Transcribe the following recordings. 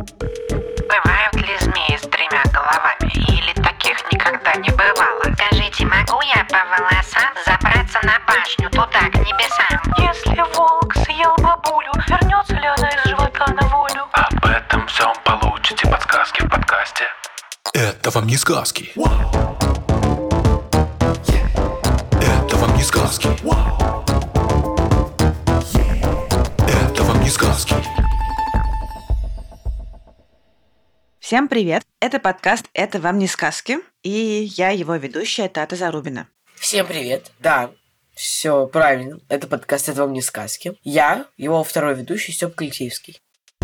Бывают ли змеи с тремя головами? Или таких никогда не бывало? Скажите, могу я по волосам забраться на башню туда, к небесам? Если волк съел бабулю, вернется ли она из живота на волю? Об этом всем получите подсказки в подкасте. Это вам не сказки. Это вам не сказки. Это вам не сказки. Всем привет! Это подкаст «Это вам не сказки», и я его ведущая Тата Зарубина. Всем привет! Да, все правильно. Это подкаст «Это вам не сказки». Я, его второй ведущий, Стёпа Колесеевский.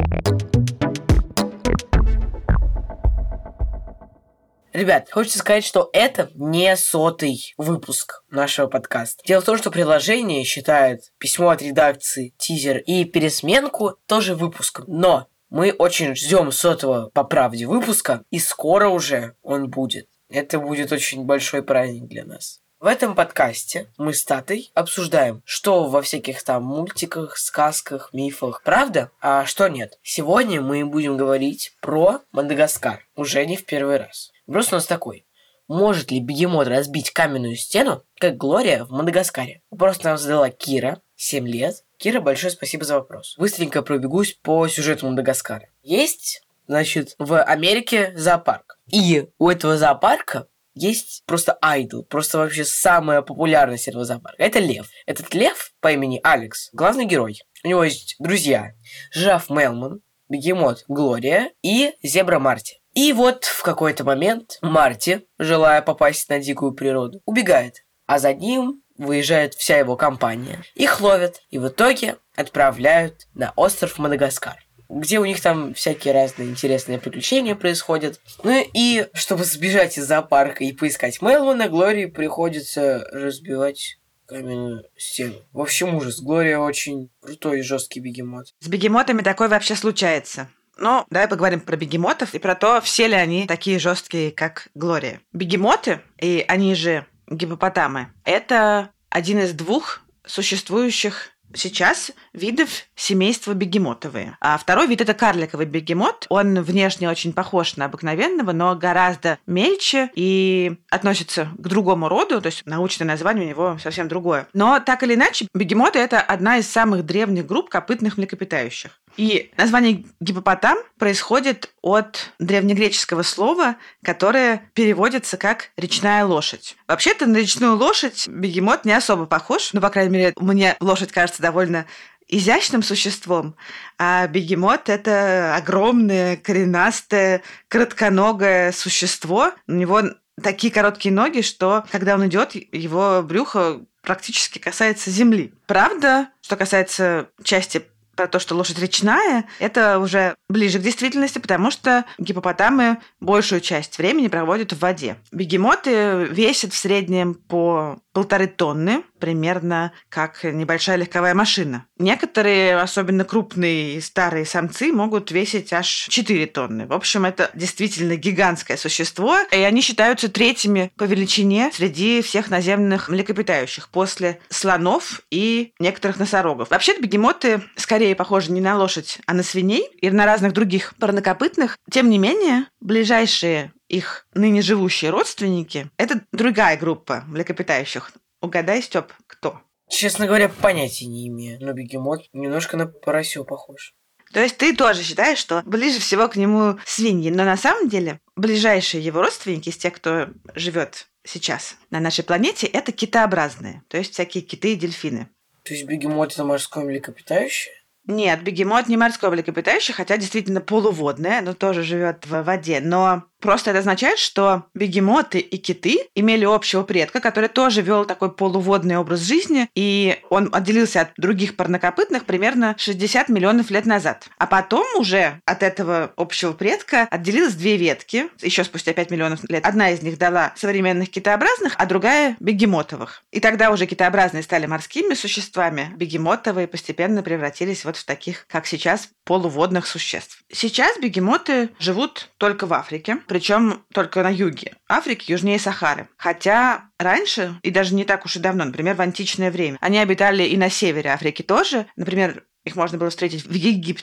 Ребят, хочется сказать, что это не 100-й выпуск нашего подкаста. Дело в том, что приложение считает письмо от редакции, тизер и пересменку тоже выпуском. Но мы очень ждем 100-го по правде выпуска, и скоро уже он будет. Это будет очень большой праздник для нас. В этом подкасте мы с Татой обсуждаем, что во всяких там мультиках, сказках, мифах правда, а что нет. Сегодня мы будем говорить про Мадагаскар. Уже не в первый раз. Вопрос у нас такой. Может ли бегемот разбить каменную стену, как Глория в Мадагаскаре? Вопрос нам задала Кира, 7 лет. Кира, большое спасибо за вопрос. Быстренько пробегусь по сюжету Мадагаскара. Есть, значит, в Америке зоопарк. И у этого зоопарка есть просто айдол, просто вообще самая популярная этого зоопарка. Это лев. Этот лев по имени Алекс, главный герой. У него есть друзья. Жираф Мелман, бегемот Глория и зебра Марти. И вот в какой-то момент Марти, желая попасть на дикую природу, убегает. А за ним выезжает вся его компания. Их ловят и в итоге отправляют на остров Мадагаскар, где у них там всякие разные интересные приключения происходят. Ну и чтобы сбежать из зоопарка и поискать Мелмана, Глории приходится разбивать каменную стену. В общем, ужас. Глория очень крутой и жесткий бегемот. С бегемотами такое вообще случается. Но давай поговорим про бегемотов и про то, все ли они такие жесткие, как Глория. Бегемоты, и они же гиппопотамы, это один из двух существующих сейчас видов семейства бегемотовые. А второй вид – это карликовый бегемот. Он внешне очень похож на обыкновенного, но гораздо мельче и относится к другому роду, то есть научное название у него совсем другое. Но так или иначе, бегемоты – это одна из самых древних групп копытных млекопитающих. И название гиппопотам происходит от древнегреческого слова, которое переводится как «речная лошадь». Вообще-то на речную лошадь бегемот не особо похож, ну, по крайней мере, мне лошадь кажется довольно изящным существом, а бегемот – это огромное, коренастое, коротконогое существо. У него такие короткие ноги, что когда он идет, его брюхо практически касается земли. Правда, что касается части про то, что лошадь речная, это уже ближе к действительности, потому что гиппопотамы большую часть времени проводят в воде. Бегемоты весят в среднем по 1,5 тонны, примерно как небольшая легковая машина. Некоторые, особенно крупные и старые самцы, могут весить аж 4 тонны. В общем, это действительно гигантское существо, и они считаются третьими по величине среди всех наземных млекопитающих, после слонов и некоторых носорогов. Вообще-то бегемоты скорее похожи не на лошадь, а на свиней и на разных других парнокопытных. Тем не менее, ближайшие их ныне живущие родственники – это другая группа млекопитающих. Угадай, Стёп, кто? Честно говоря, понятия не имею, но бегемот немножко на поросё похож. То есть ты тоже считаешь, что ближе всего к нему свиньи, но на самом деле ближайшие его родственники из тех, кто живет сейчас на нашей планете, это китообразные, то есть всякие киты и дельфины. То есть бегемот – это морское млекопитающее? Нет, бегемот не морское млекопитающее, хотя действительно полуводное, но тоже живет в воде. Но просто это означает, что бегемоты и киты имели общего предка, который тоже вел такой полуводный образ жизни, и он отделился от других парнокопытных примерно 60 миллионов лет назад. А потом уже от этого общего предка отделилось две ветки, еще спустя 5 миллионов лет. Одна из них дала современных китообразных, а другая – бегемотовых. И тогда уже китообразные стали морскими существами, бегемотовые постепенно превратились вот в таких, как сейчас, полуводных существ. Сейчас бегемоты живут только в Африке, причем только на юге Африки, южнее Сахары. Хотя раньше, и даже не так уж и давно, например, в античное время, они обитали и на севере Африки тоже. Например, их можно было встретить в Египте.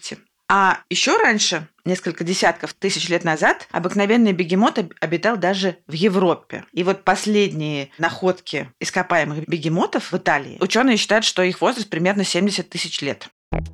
А еще раньше, несколько десятков тысяч лет назад, обыкновенный бегемот обитал даже в Европе. И вот последние находки ископаемых бегемотов в Италии, ученые считают, что их возраст примерно 70 тысяч лет.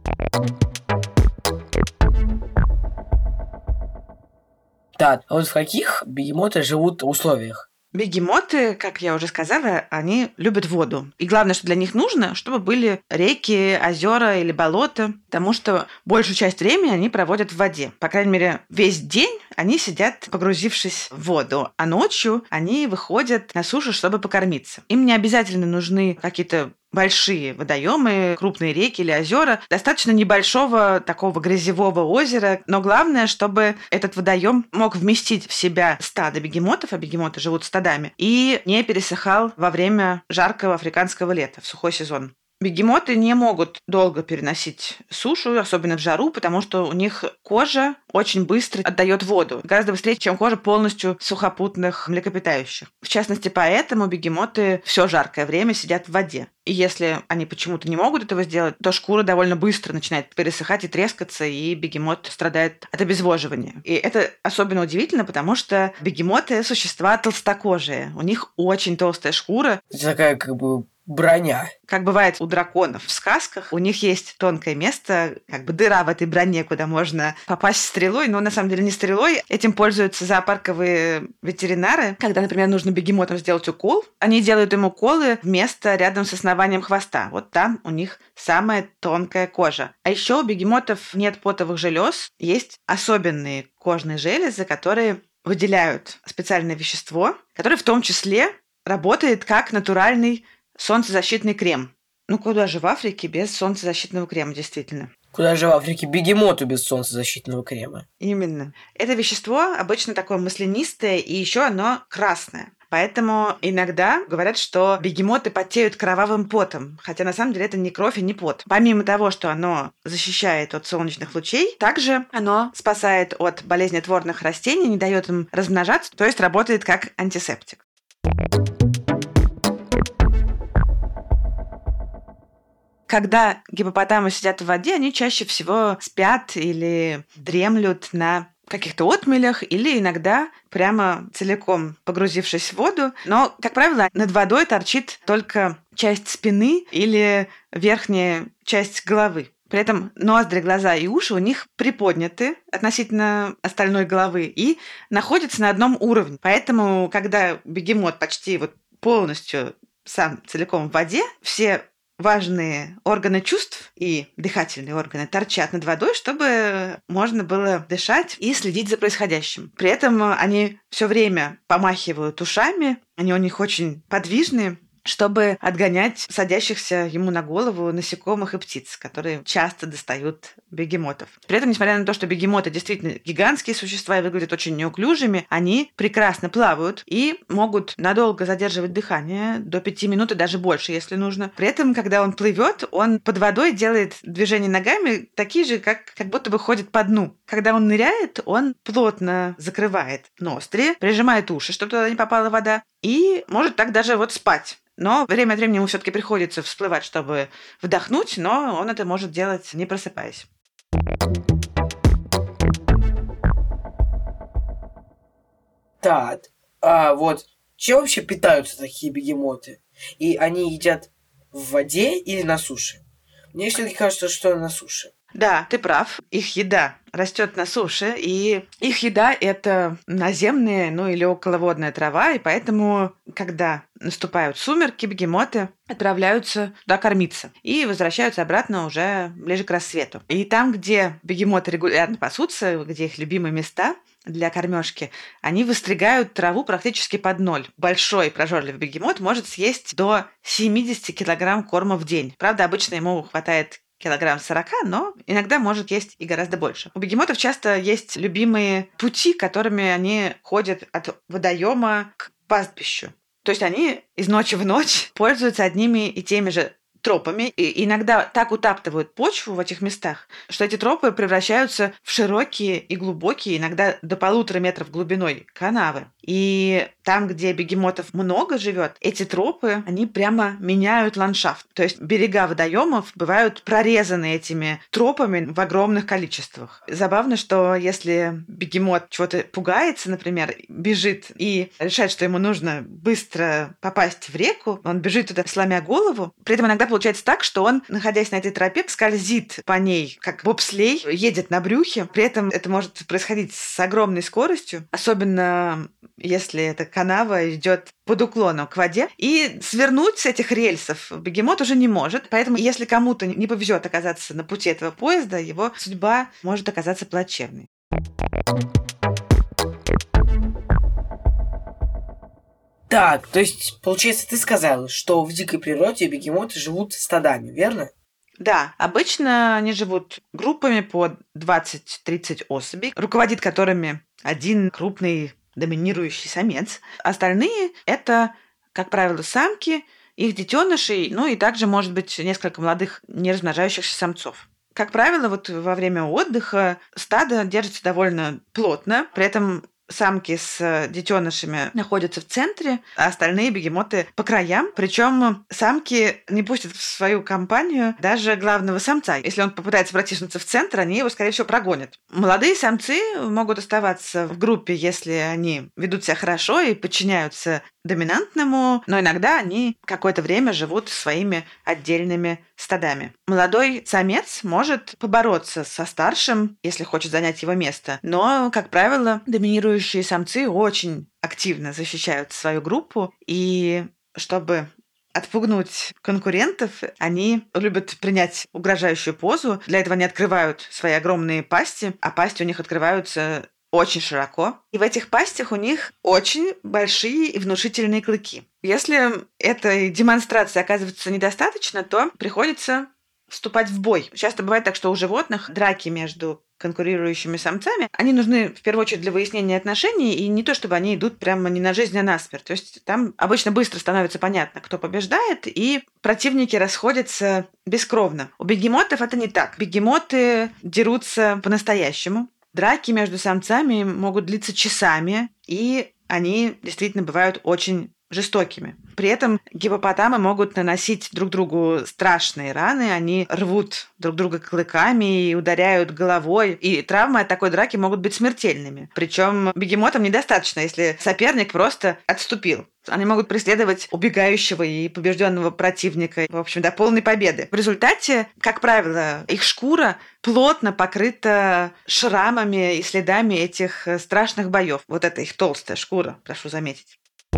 Так, а вот в каких бегемоты живут условиях? Бегемоты, как я уже сказала, они любят воду. И главное, что для них нужно, чтобы были реки, озера или болота, потому что большую часть времени они проводят в воде. По крайней мере, весь день они сидят, погрузившись в воду, а ночью они выходят на сушу, чтобы покормиться. Им не обязательно нужны какие-то большие водоемы, крупные реки или озера, достаточно небольшого такого грязевого озера, но главное, чтобы этот водоем мог вместить в себя стадо бегемотов, а бегемоты живут стадами, и не пересыхал во время жаркого африканского лета, в сухой сезон. Бегемоты не могут долго переносить сушу, особенно в жару, потому что у них кожа очень быстро отдает воду, гораздо быстрее, чем кожа полностью сухопутных млекопитающих. В частности, поэтому бегемоты все жаркое время сидят в воде. И если они почему-то не могут этого сделать, то шкура довольно быстро начинает пересыхать и трескаться, и бегемот страдает от обезвоживания. И это особенно удивительно, потому что бегемоты – существа толстокожие. У них очень толстая шкура. Это такая броня. Как бывает у драконов в сказках, у них есть тонкое место, дыра в этой броне, куда можно попасть стрелой, но на самом деле не стрелой. Этим пользуются зоопарковые ветеринары. Когда, например, нужно бегемотам сделать укол, они делают им уколы в место рядом с основанием хвоста. Вот там у них самая тонкая кожа. А еще у бегемотов нет потовых желез, есть особенные кожные железы, которые выделяют специальное вещество, которое в том числе работает как натуральный солнцезащитный крем. Куда же в Африке без солнцезащитного крема, действительно? Куда же в Африке бегемоту без солнцезащитного крема? Именно. Это вещество обычно такое маслянистое, и еще оно красное. Поэтому иногда говорят, что бегемоты потеют кровавым потом, хотя на самом деле это не кровь и не пот. Помимо того, что оно защищает от солнечных лучей, также оно спасает от болезнетворных растений, не дает им размножаться, то есть работает как антисептик. Когда гипопотамы сидят в воде, они чаще всего спят или дремлют на каких-то отмелях или иногда прямо целиком погрузившись в воду. Но, как правило, над водой торчит только часть спины или верхняя часть головы. При этом ноздри, глаза и уши у них приподняты относительно остальной головы и находятся на одном уровне. Поэтому, когда бегемот почти полностью сам целиком в воде, все важные органы чувств и дыхательные органы торчат над водой, чтобы можно было дышать и следить за происходящим. При этом они все время помахивают ушами, они у них очень подвижные, чтобы отгонять садящихся ему на голову насекомых и птиц, которые часто достают бегемотов. При этом, несмотря на то, что бегемоты действительно гигантские существа и выглядят очень неуклюжими, они прекрасно плавают и могут надолго задерживать дыхание, до 5 минут и даже больше, если нужно. При этом, когда он плывет, он под водой делает движения ногами такие же, как будто бы ходит по дну. Когда он ныряет, он плотно закрывает ноздри, прижимает уши, чтобы туда не попала вода, и может так даже спать. Но время от времени ему все-таки приходится всплывать, чтобы вдохнуть, но он это может делать, не просыпаясь. Так, а чем вообще питаются такие бегемоты? И они едят в воде или на суше? Мне все-таки кажется, что на суше. Да, ты прав. Их еда растет на суше, и их еда – это наземная, или околоводная трава, и поэтому, когда наступают сумерки, бегемоты отправляются туда кормиться и возвращаются обратно уже ближе к рассвету. И там, где бегемоты регулярно пасутся, где их любимые места для кормежки, они выстригают траву практически под ноль. Большой прожорливый бегемот может съесть до 70 килограмм корма в день. Правда, обычно ему хватает 40 килограмм, но иногда может есть и гораздо больше. У бегемотов часто есть любимые пути, которыми они ходят от водоема к пастбищу. То есть они из ночи в ночь пользуются одними и теми же тропами, и иногда так утаптывают почву в этих местах, что эти тропы превращаются в широкие и глубокие, иногда до 1,5 метров глубиной канавы. И там, где бегемотов много живет, эти тропы, они прямо меняют ландшафт. То есть берега водоемов бывают прорезаны этими тропами в огромных количествах. Забавно, что если бегемот чего-то пугается, например, бежит и решает, что ему нужно быстро попасть в реку, он бежит туда, сломя голову. При этом иногда получается так, что он, находясь на этой тропе, скользит по ней, как бобслей, едет на брюхе. При этом это может происходить с огромной скоростью, особенно если эта канава идет под уклоном к воде. И свернуть с этих рельсов бегемот уже не может. Поэтому, если кому-то не повезет оказаться на пути этого поезда, его судьба может оказаться плачевной. Так, то есть, получается, ты сказала, что в дикой природе бегемоты живут стадами, верно? Да, обычно они живут группами по 20-30 особей, руководит которыми один крупный доминирующий самец. Остальные – это, как правило, самки, их детенышей, ну и также, может быть, несколько молодых неразмножающихся самцов. Как правило, вот во время отдыха стадо держится довольно плотно, при этом самки с детенышами находятся в центре, а остальные бегемоты по краям. Причем самки не пустят в свою компанию даже главного самца. Если он попытается протиснуться в центр, они его, скорее всего, прогонят. Молодые самцы могут оставаться в группе, если они ведут себя хорошо и подчиняются доминантному, но иногда они какое-то время живут своими отдельными стадами. Молодой самец может побороться со старшим, если хочет занять его место, но, как правило, доминирующие самцы очень активно защищают свою группу, и чтобы отпугнуть конкурентов, они любят принять угрожающую позу. Для этого они открывают свои огромные пасти, а пасти у них открываются очень широко. И в этих пастях у них очень большие и внушительные клыки. Если этой демонстрации оказывается недостаточно, то приходится вступать в бой. Часто бывает так, что у животных драки между конкурирующими самцами, они нужны в первую очередь для выяснения отношений, и не то, чтобы они идут прямо не на жизнь, а на смерть. То есть там обычно быстро становится понятно, кто побеждает, и противники расходятся бескровно. У бегемотов это не так. Бегемоты дерутся по-настоящему. Драки между самцами могут длиться часами, и они действительно бывают очень жестокими. При этом гиппопотамы могут наносить друг другу страшные раны, они рвут друг друга клыками и ударяют головой, и травмы от такой драки могут быть смертельными. Причем бегемотам недостаточно, если соперник просто отступил. Они могут преследовать убегающего и побежденного противника, в общем, до полной победы. В результате, как правило, их шкура плотно покрыта шрамами и следами этих страшных боев. Вот это их толстая шкура, прошу заметить.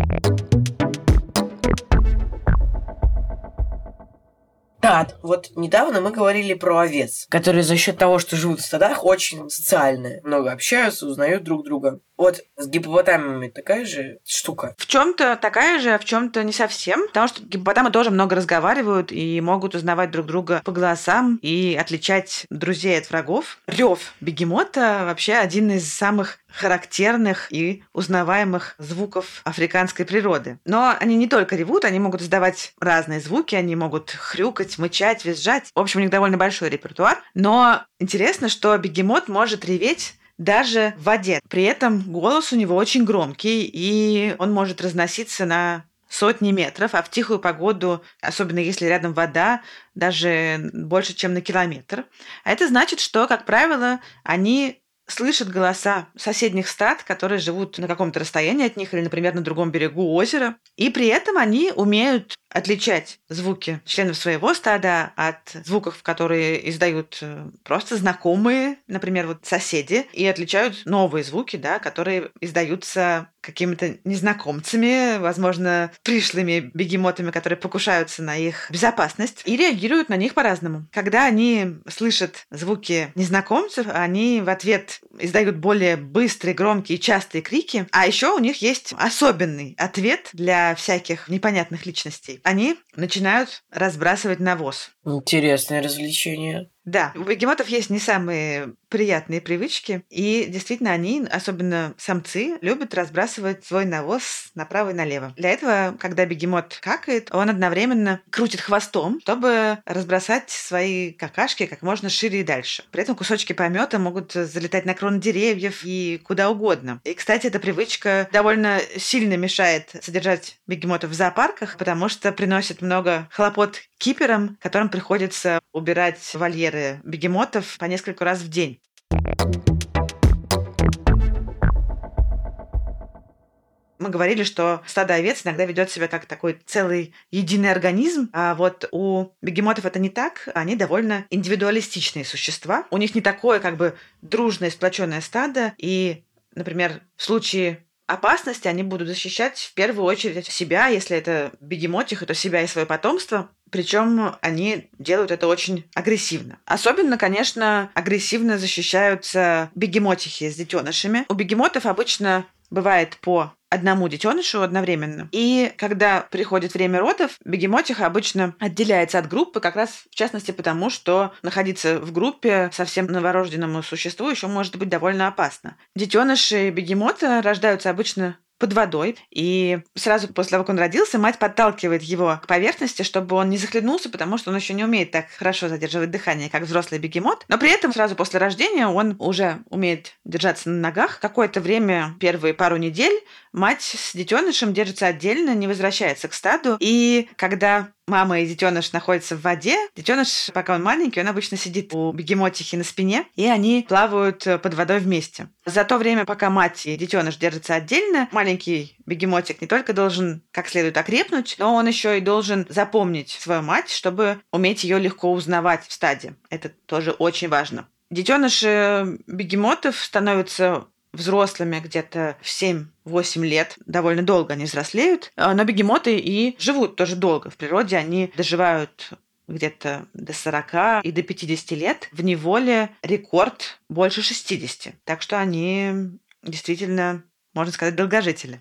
Да, вот недавно мы говорили про овец, которые за счет того, что живут в стадах, очень социальные. Много общаются, узнают друг друга. Вот с гиппопотамами такая же штука. В чем-то такая же, а в чем-то не совсем. Потому что гиппопотамы тоже много разговаривают и могут узнавать друг друга по голосам и отличать друзей от врагов. Рев бегемота вообще один из самых характерных и узнаваемых звуков африканской природы. Но они не только ревут, они могут издавать разные звуки, они могут хрюкать, мычать, визжать. В общем, у них довольно большой репертуар. Но интересно, что бегемот может реветь даже в воде. При этом голос у него очень громкий, и он может разноситься на сотни метров, а в тихую погоду, особенно если рядом вода, даже больше, чем на километр. А это значит, что, как правило, они слышат голоса соседних стад, которые живут на каком-то расстоянии от них или, например, на другом берегу озера. И при этом они умеют отличать звуки членов своего стада от звуков, которые издают просто знакомые, например, вот соседи, и отличают новые звуки, да, которые издаются какими-то незнакомцами, возможно, пришлыми бегемотами, которые покушаются на их безопасность, и реагируют на них по-разному. Когда они слышат звуки незнакомцев, они в ответ издают более быстрые, громкие, частые крики, а еще у них есть особенный ответ для всяких непонятных личностей. Они начинают разбрасывать навоз. Интересное развлечение. Да, у бегемотов есть не самые приятные привычки, и действительно они, особенно самцы, любят разбрасывать свой навоз направо и налево. Для этого, когда бегемот какает, он одновременно крутит хвостом, чтобы разбросать свои какашки как можно шире и дальше. При этом кусочки помета могут залетать на кроны деревьев и куда угодно. И, кстати, эта привычка довольно сильно мешает содержать бегемотов в зоопарках, потому что приносит много хлопот киперам, которым приходится убирать вольеры бегемотов по несколько раз в день. Мы говорили, что стадо овец иногда ведет себя как такой целый единый организм, а вот у бегемотов это не так, они довольно индивидуалистичные существа. У них не такое как бы дружное, сплоченное стадо, и, например, в случае опасности они будут защищать в первую очередь себя, если это бегемотиха, то себя и свое потомство. Причем они делают это очень агрессивно. Особенно, конечно, агрессивно защищаются бегемотихи с детенышами. У бегемотов обычно бывает по одному детенышу одновременно. И когда приходит время родов, бегемотиха обычно отделяется от группы, как раз в частности потому, что находиться в группе совсем новорожденному существу еще может быть довольно опасно. Детеныши бегемота рождаются обычно под водой, и сразу после того, как он родился, мать подталкивает его к поверхности, чтобы он не захлебнулся, потому что он еще не умеет так хорошо задерживать дыхание, как взрослый бегемот. Но при этом сразу после рождения он уже умеет держаться на ногах. Какое-то время, первые пару недель, мать с детенышем держится отдельно, не возвращается к стаду. И когда мама и детеныш находятся в воде, детеныш, пока он маленький, он обычно сидит у бегемотихи на спине, и они плавают под водой вместе. За то время, пока мать и детеныш держатся отдельно, маленький бегемотик не только должен как следует окрепнуть, но он еще и должен запомнить свою мать, чтобы уметь ее легко узнавать в стаде. Это тоже очень важно. Детеныши бегемотов становятся взрослыми где-то в 7-8 лет. Довольно долго они взрослеют. Но бегемоты и живут тоже долго. В природе они доживают где-то до 40 и до 50 лет. В неволе рекорд больше 60. Так что они действительно, можно сказать, долгожители.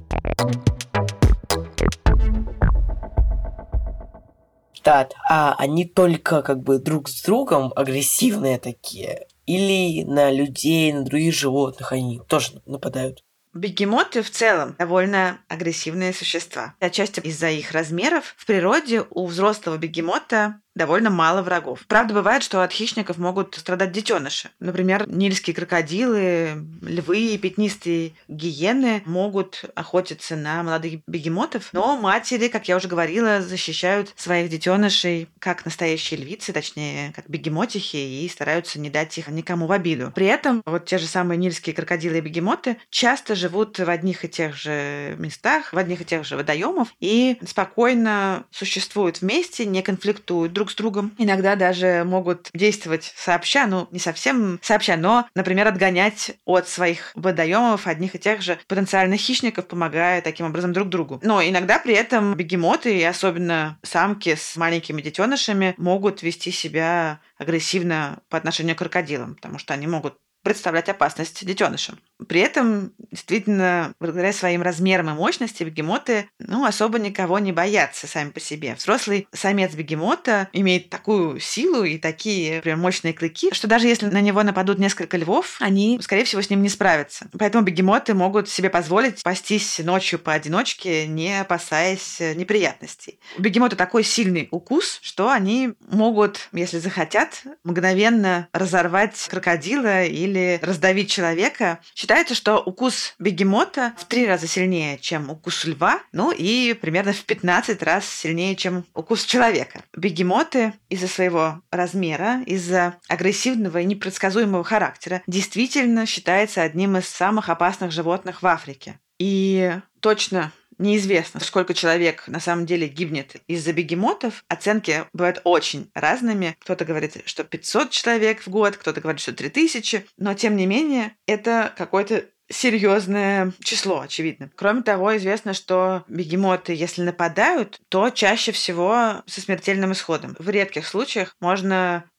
Так, а они только как бы друг с другом агрессивные такие? Или на людей, на других животных они тоже нападают? Бегемоты в целом довольно агрессивные существа. Отчасти из-за их размеров в природе у взрослого бегемота довольно мало врагов. Правда, бывает, что от хищников могут страдать детеныши. Например, нильские крокодилы, львы и пятнистые гиены могут охотиться на молодых бегемотов, но матери, как я уже говорила, защищают своих детенышей как настоящие львицы, точнее, как бегемотихи, и стараются не дать их никому в обиду. При этом вот те же самые нильские крокодилы и бегемоты часто живут в одних и тех же местах, в одних и тех же водоемах и спокойно существуют вместе, не конфликтуют друг с другом. Иногда даже могут действовать сообща, ну, не совсем сообща, но, например, отгонять от своих водоемов одних и тех же потенциальных хищников, помогая таким образом друг другу. Но иногда при этом бегемоты, и особенно самки с маленькими детенышами, могут вести себя агрессивно по отношению к крокодилам, потому что они могут представлять опасность детенышам. При этом, действительно, благодаря своим размерам и мощности, бегемоты, особо никого не боятся сами по себе. Взрослый самец бегемота имеет такую силу и такие прям мощные клыки, что даже если на него нападут несколько львов, они, скорее всего, с ним не справятся. Поэтому бегемоты могут себе позволить пастись ночью поодиночке, не опасаясь неприятностей. У бегемота такой сильный укус, что они могут, если захотят, мгновенно разорвать крокодила или раздавить человека. Считается, что укус бегемота в 3 раза сильнее, чем укус льва, и примерно в 15 раз сильнее, чем укус человека. Бегемоты из-за своего размера, из-за агрессивного и непредсказуемого характера действительно считается одним из самых опасных животных в Африке. И точно неизвестно, сколько человек на самом деле гибнет из-за бегемотов. Оценки бывают очень разными. Кто-то говорит, что 500 человек в год, кто-то говорит, что 3000. Но, тем не менее, это какое-то серьезное число, очевидно. Кроме того, известно, что бегемоты, если нападают, то чаще всего со смертельным исходом. В редких случаях можно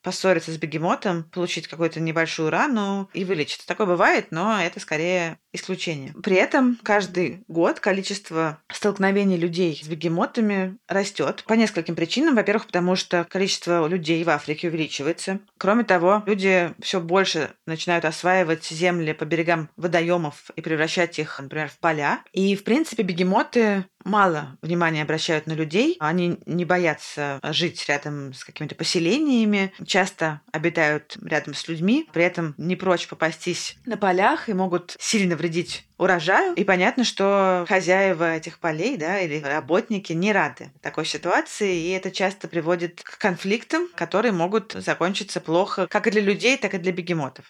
поссориться с бегемотом, получить какую-то небольшую рану и вылечиться. Такое бывает, но это скорее исключение. При этом каждый год количество столкновений людей с бегемотами растет по нескольким причинам. Во-первых, потому что количество людей в Африке увеличивается. Кроме того, люди все больше начинают осваивать земли по берегам водоемов и превращать их, например, в поля. И, в принципе, бегемоты мало внимания обращают на людей. Они не боятся жить рядом с какими-то поселениями, часто обитают рядом с людьми, при этом не прочь попастись на полях и могут сильно вредить урожаю. И понятно, что хозяева этих полей, да, или работники не рады такой ситуации, и это часто приводит к конфликтам, которые могут закончиться плохо как и для людей, так и для бегемотов.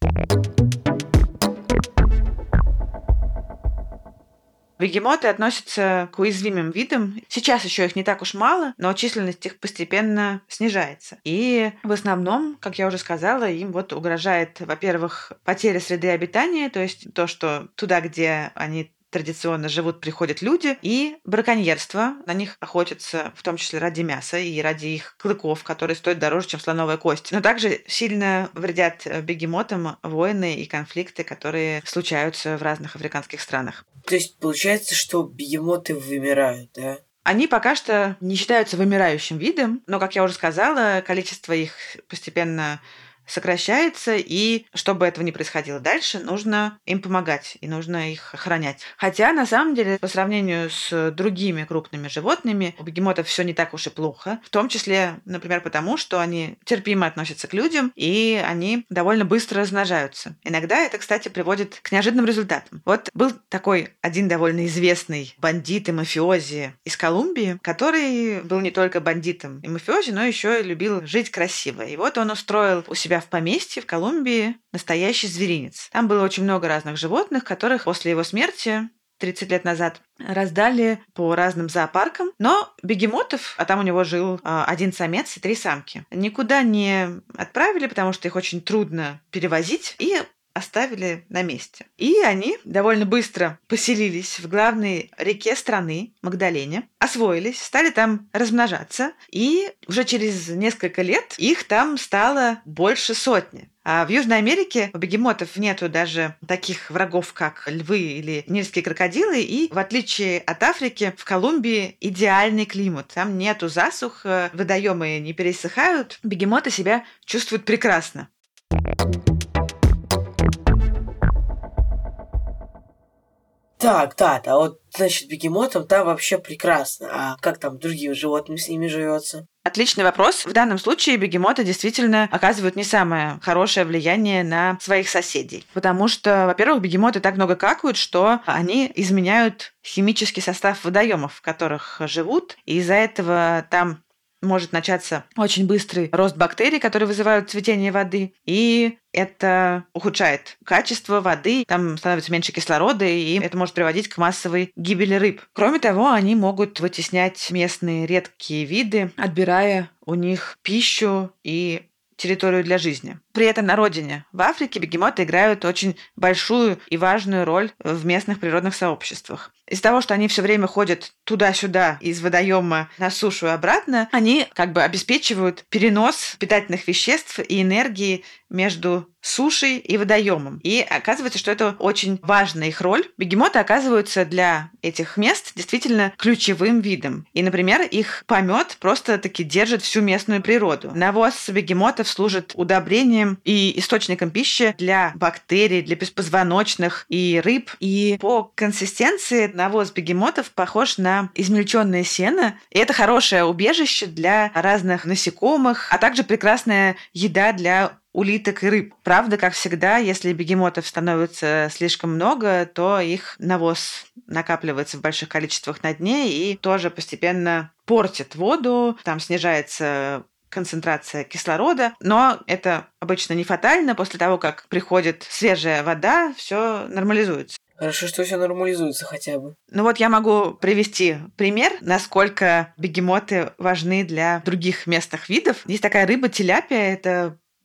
Бегемоты относятся к уязвимым видам. Сейчас еще их не так уж мало, но численность их постепенно снижается. И в основном, как я уже сказала, им вот угрожает, во-первых, потеря среды обитания, то есть то, что туда, где они традиционно живут, приходят люди, и браконьерство. На них охотятся, в том числе ради мяса и ради их клыков, которые стоят дороже, чем слоновая кость. Но также сильно вредят бегемотам войны и конфликты, которые случаются в разных африканских странах. То есть получается, что бегемоты вымирают, да? Они пока что не считаются вымирающим видом, но, как я уже сказала, количество их постепенно сокращается, и чтобы этого не происходило дальше, нужно им помогать, и нужно их охранять. Хотя, на самом деле, по сравнению с другими крупными животными, у бегемотов все не так уж и плохо, в том числе, например, потому, что они терпимо относятся к людям, и они довольно быстро размножаются. Иногда это, кстати, приводит к неожиданным результатам. Вот был такой один довольно известный бандит и мафиози из Колумбии, который был не только бандитом и мафиози, но еще и любил жить красиво. И вот он устроил у себя в поместье в Колумбии настоящий зверинец. Там было очень много разных животных, которых после его смерти 30 лет назад раздали по разным зоопаркам. Но бегемотов, а там у него жил один самец и 3 самки, никуда не отправили, потому что их очень трудно перевозить, и оставили на месте. И они довольно быстро поселились в главной реке страны, Магдалене, освоились, стали там размножаться, и уже через несколько лет их там стало больше 100. А в Южной Америке у бегемотов нету даже таких врагов, как львы или нильские крокодилы, и в отличие от Африки, в Колумбии идеальный климат. Там нету засух, водоемы не пересыхают, бегемоты себя чувствуют прекрасно. Так, да, а вот, значит, бегемотам там вообще прекрасно. А как там другим животным с ними живется? Отличный вопрос. В данном случае бегемоты действительно оказывают не самое хорошее влияние на своих соседей. Потому что, во-первых, бегемоты так много какают, что они изменяют химический состав водоемов, в которых живут. И из-за этого там может начаться очень быстрый рост бактерий, которые вызывают цветение воды, и это ухудшает качество воды, там становится меньше кислорода, и это может приводить к массовой гибели рыб. Кроме того, они могут вытеснять местные редкие виды, отбирая у них пищу и территорию для жизни. При этом на родине, в Африке, бегемоты играют очень большую и важную роль в местных природных сообществах. Из-за того, что они все время ходят туда-сюда из водоема на сушу и обратно, они как бы обеспечивают перенос питательных веществ и энергии между сушей и водоемом. И оказывается, что это очень важная их роль. Бегемоты оказываются для этих мест действительно ключевым видом. И, например, их помет просто-таки держит всю местную природу. Навоз бегемотов служит удобрением и источником пищи для бактерий, для беспозвоночных и рыб. И по консистенции навоз бегемотов похож на измельченное сено. И это хорошее убежище для разных насекомых, а также прекрасная еда для улиток и рыб. Правда, как всегда, если бегемотов становится слишком много, то их навоз накапливается в больших количествах на дне и тоже постепенно портит воду, там снижается концентрация кислорода, но это обычно не фатально. После того, как приходит свежая вода, все нормализуется. Хорошо, что все нормализуется хотя бы. Ну вот я могу привести пример, насколько бегемоты важны для других местных видов. Есть такая рыба тиляпия, это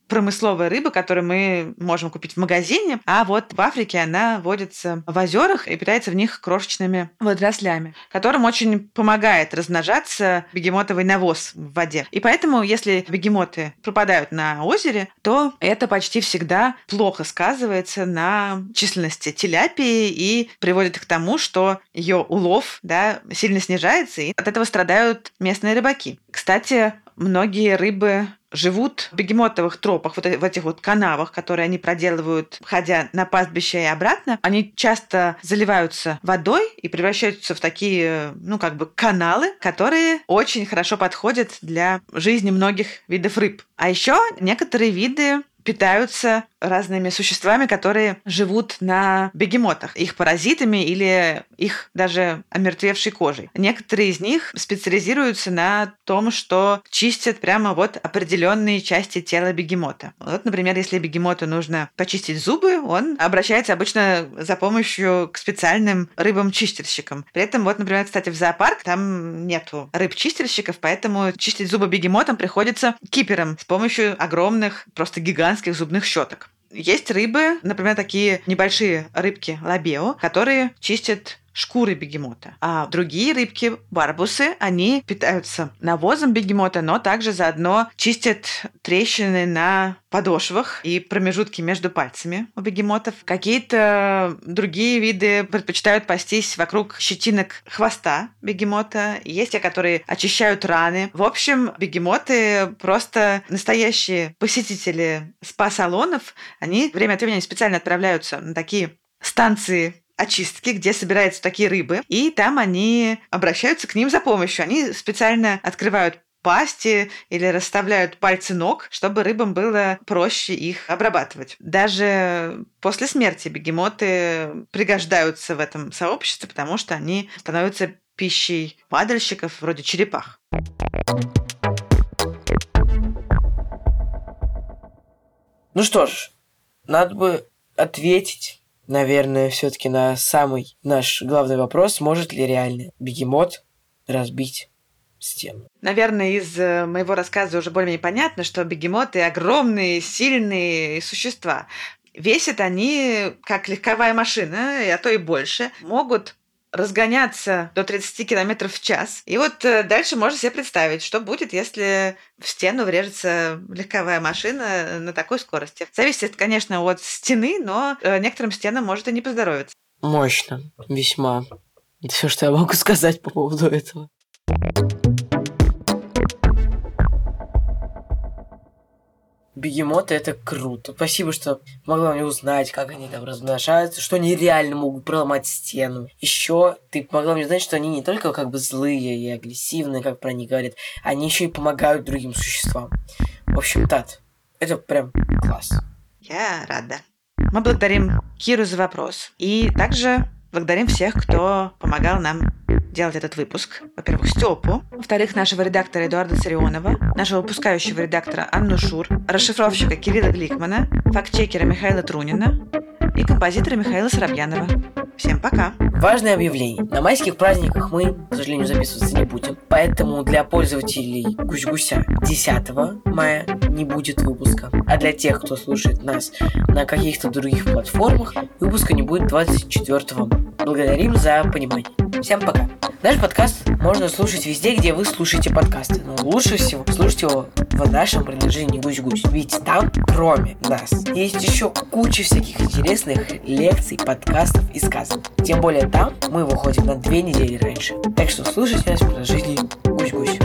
промысловая рыба, которую мы можем купить в магазине, а вот в Африке она водится в озерах и питается в них крошечными водорослями, которым очень помогает размножаться бегемотовый навоз в воде. И поэтому, если бегемоты пропадают на озере, то это почти всегда плохо сказывается на численности тиляпии и приводит к тому, что ее улов, сильно снижается, и от этого страдают местные рыбаки. Кстати, многие рыбы живут в бегемотовых тропах, вот в этих вот канавах, которые они проделывают, ходя на пастбище и обратно. Они часто заливаются водой и превращаются в такие, каналы, которые очень хорошо подходят для жизни многих видов рыб. А еще некоторые виды питаются разными существами, которые живут на бегемотах, их паразитами или их даже омертвевшей кожей. Некоторые из них специализируются на том, что чистят прямо вот определенные части тела бегемота. Вот, например, если бегемоту нужно почистить зубы, он обращается обычно за помощью к специальным рыбам-чистильщикам. При этом, вот, например, кстати, в зоопарк там нету рыб-чистильщиков, поэтому чистить зубы бегемотам приходится кипером с помощью огромных, просто гигантских зубных щеток. Есть рыбы, например, такие небольшие рыбки лабео, которые чистят шкуры бегемота. А другие рыбки, барбусы, они питаются навозом бегемота, но также заодно чистят трещины на подошвах и промежутки между пальцами у бегемотов. Какие-то другие виды предпочитают пастись вокруг щетинок хвоста бегемота. Есть те, которые очищают раны. В общем, бегемоты просто настоящие посетители спа-салонов. Они время от времени специально отправляются на такие станции очистки, где собираются такие рыбы, и там они обращаются к ним за помощью. Они специально открывают пасти или расставляют пальцы ног, чтобы рыбам было проще их обрабатывать. Даже после смерти бегемоты пригождаются в этом сообществе, потому что они становятся пищей падальщиков вроде черепах. Ну что ж, надо бы ответить, наверное, все-таки на самый наш главный вопрос: может ли реально бегемот разбить стену? Наверное, из моего рассказа уже более-менее понятно, что бегемоты огромные, сильные существа. Весят они как легковая машина, а то и больше. Могут разгоняться до 30 км в час. И вот дальше можно себе представить, что будет, если в стену врежется легковая машина на такой скорости. Зависит, конечно, от стены, но некоторым стенам может и не поздоровиться. Мощно. Весьма. Это все, что я могу сказать по поводу этого. Бегемоты — это круто. Спасибо, что могла мне узнать, как они там размножаются, что они реально могут проломать стену. Еще ты помогла мне узнать, что они не только как бы злые и агрессивные, как про них говорят, они еще и помогают другим существам. В общем, Тат, это прям класс. Я рада. Мы благодарим Киру за вопрос. И также благодарим всех, кто помогал нам делать этот выпуск. Во-первых, Степу. Во-вторых, нашего редактора Эдуарда Царионова, нашего выпускающего редактора Анну Шур, расшифровщика Кирилла Гликмана, фактчекера Михаила Трунина и композитора Михаила Соробьянова. Всем пока! Важное объявление. На майских праздниках мы, к сожалению, записываться не будем. Поэтому для пользователей Гусь-Гуся 10 мая не будет выпуска. А для тех, кто слушает нас на каких-то других платформах, выпуска не будет 24-го. Благодарим за понимание. Всем пока. Наш подкаст можно слушать везде, где вы слушаете подкасты. Но лучше всего слушать его в нашем приложении Гусь-Гусь. Ведь там, кроме нас, есть еще куча всяких интересных лекций, подкастов и сказок. Тем более там мы выходим на 2 недели раньше. Так что слушайте нас в приложении Гусь-Гусь.